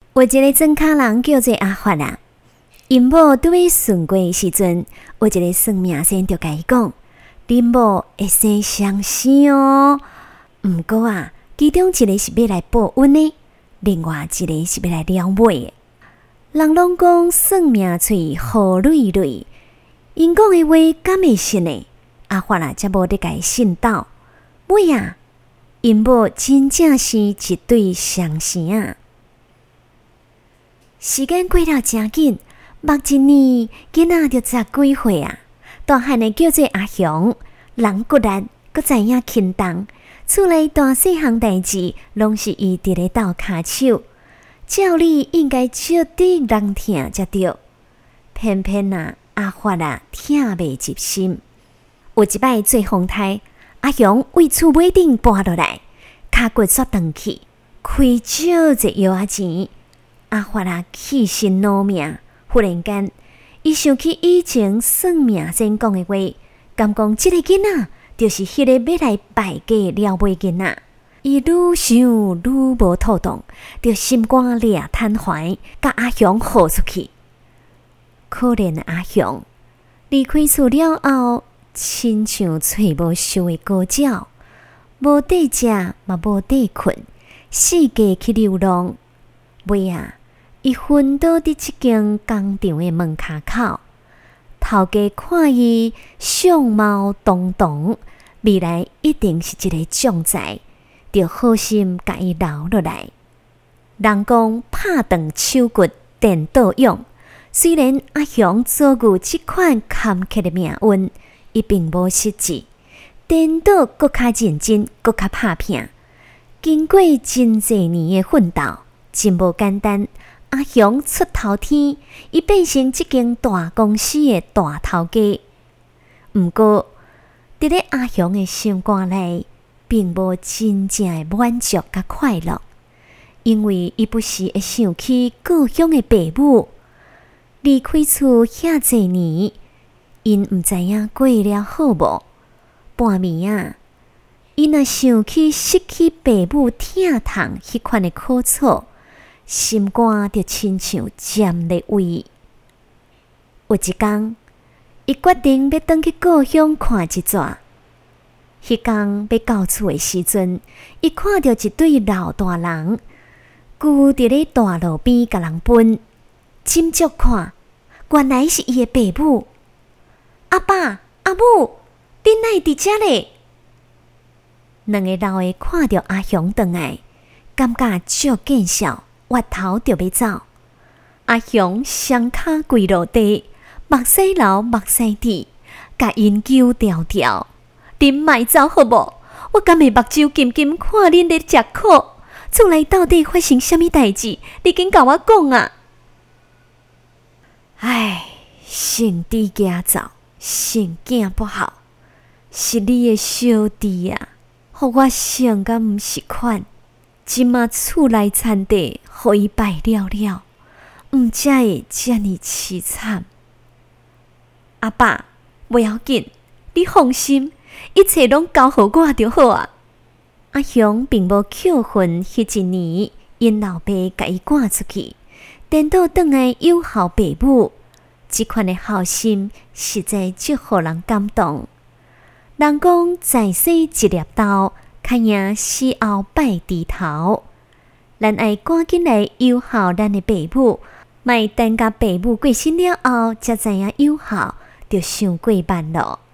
有一个庄脚人叫做阿发啊，因某拄要算过的时阵，有一个算命先就甲伊讲，恁某会生双生哦。毋过啊，其中一个是要来报恩的，另外一个是要来撩妹的。人拢讲算命喙好蕊蕊，因讲的话敢会信呢？阿发啊，才无得甲伊信到。尾啊，因某真正是一对双生啊！时间过了真紧，目一年囡仔就10几岁啊。大汉的叫做阿雄，人骨力，阁知影轻重，厝内大细项代志拢是伊伫咧斗骹手。照理应该少得人疼才对，偏偏啊阿发啊疼袂入心。有一摆做风台，阿雄为厝尾顶搬落来，骹骨煞断去，开少一药仔钱。阿发啊气心恼命，忽然间，伊想起以前算命先讲的话，敢讲即个囡仔就是迄个要来败家撩妹囡仔。伊愈想愈无妥当，就心肝掠瘫痪，甲阿雄吼出去。可怜的阿雄离开厝了后，亲像喙无收的高鸟，无地食嘛无地困，四界去流浪。尾啊，伊昏倒伫即间工厂的门骹口。头家看伊相貌堂堂，未来一定是一个将才。就好心甲伊留落来。人讲拍断手骨，颠倒勇。虽然阿雄遭遇即款坎坷的命运，伊并无失志，颠倒搁较认真，搁较拍拼。经过真侪年的奋斗，真无简单。阿雄出头天，伊变成即间大公司的大头家。毋过，伫咧阿雄的心肝内，并无真正的满足甲快乐，因为伊不时会想起故乡的爸母。离开厝遐侪年，因毋知影过了好无。半暝啊，伊若想起失去爸母疼痛迄款的苦楚，心肝就亲像尖咧胃。有一天，伊决定要转去故乡看一撮。迄天要到厝的时阵，伊看到一对老大人，跍伫咧大路边甲人分，斟酌看，原来是伊的爸母。阿爸、阿母，恁哪会伫遮咧？两个老的看到阿雄转来，感觉足见笑，歪头就要走。阿雄双脚跪落地，目屎流目屎滴，甲因求条条。恁莫走好无？我敢会目睭金金看恁咧食苦，厝内到底发生什么代志？你紧甲我讲啊！唉，生弟家走，生囝不好，是你的小弟啊，互我想甲毋是款。即马厝内田地，互伊败了了，毋才会遮尔凄惨。阿爸，不要紧，你放心。一切拢交互我就好啊！阿雄并无扣分，迄一年，因老爸甲伊赶出去，颠倒转来友好爸母。即款的孝心，实在足互人感动。人讲在世一粒豆，较赢死后拜猪头。咱爱赶紧来友好咱的爸母，莫等甲爸母过身了后，才知影友好，就伤过慢咯。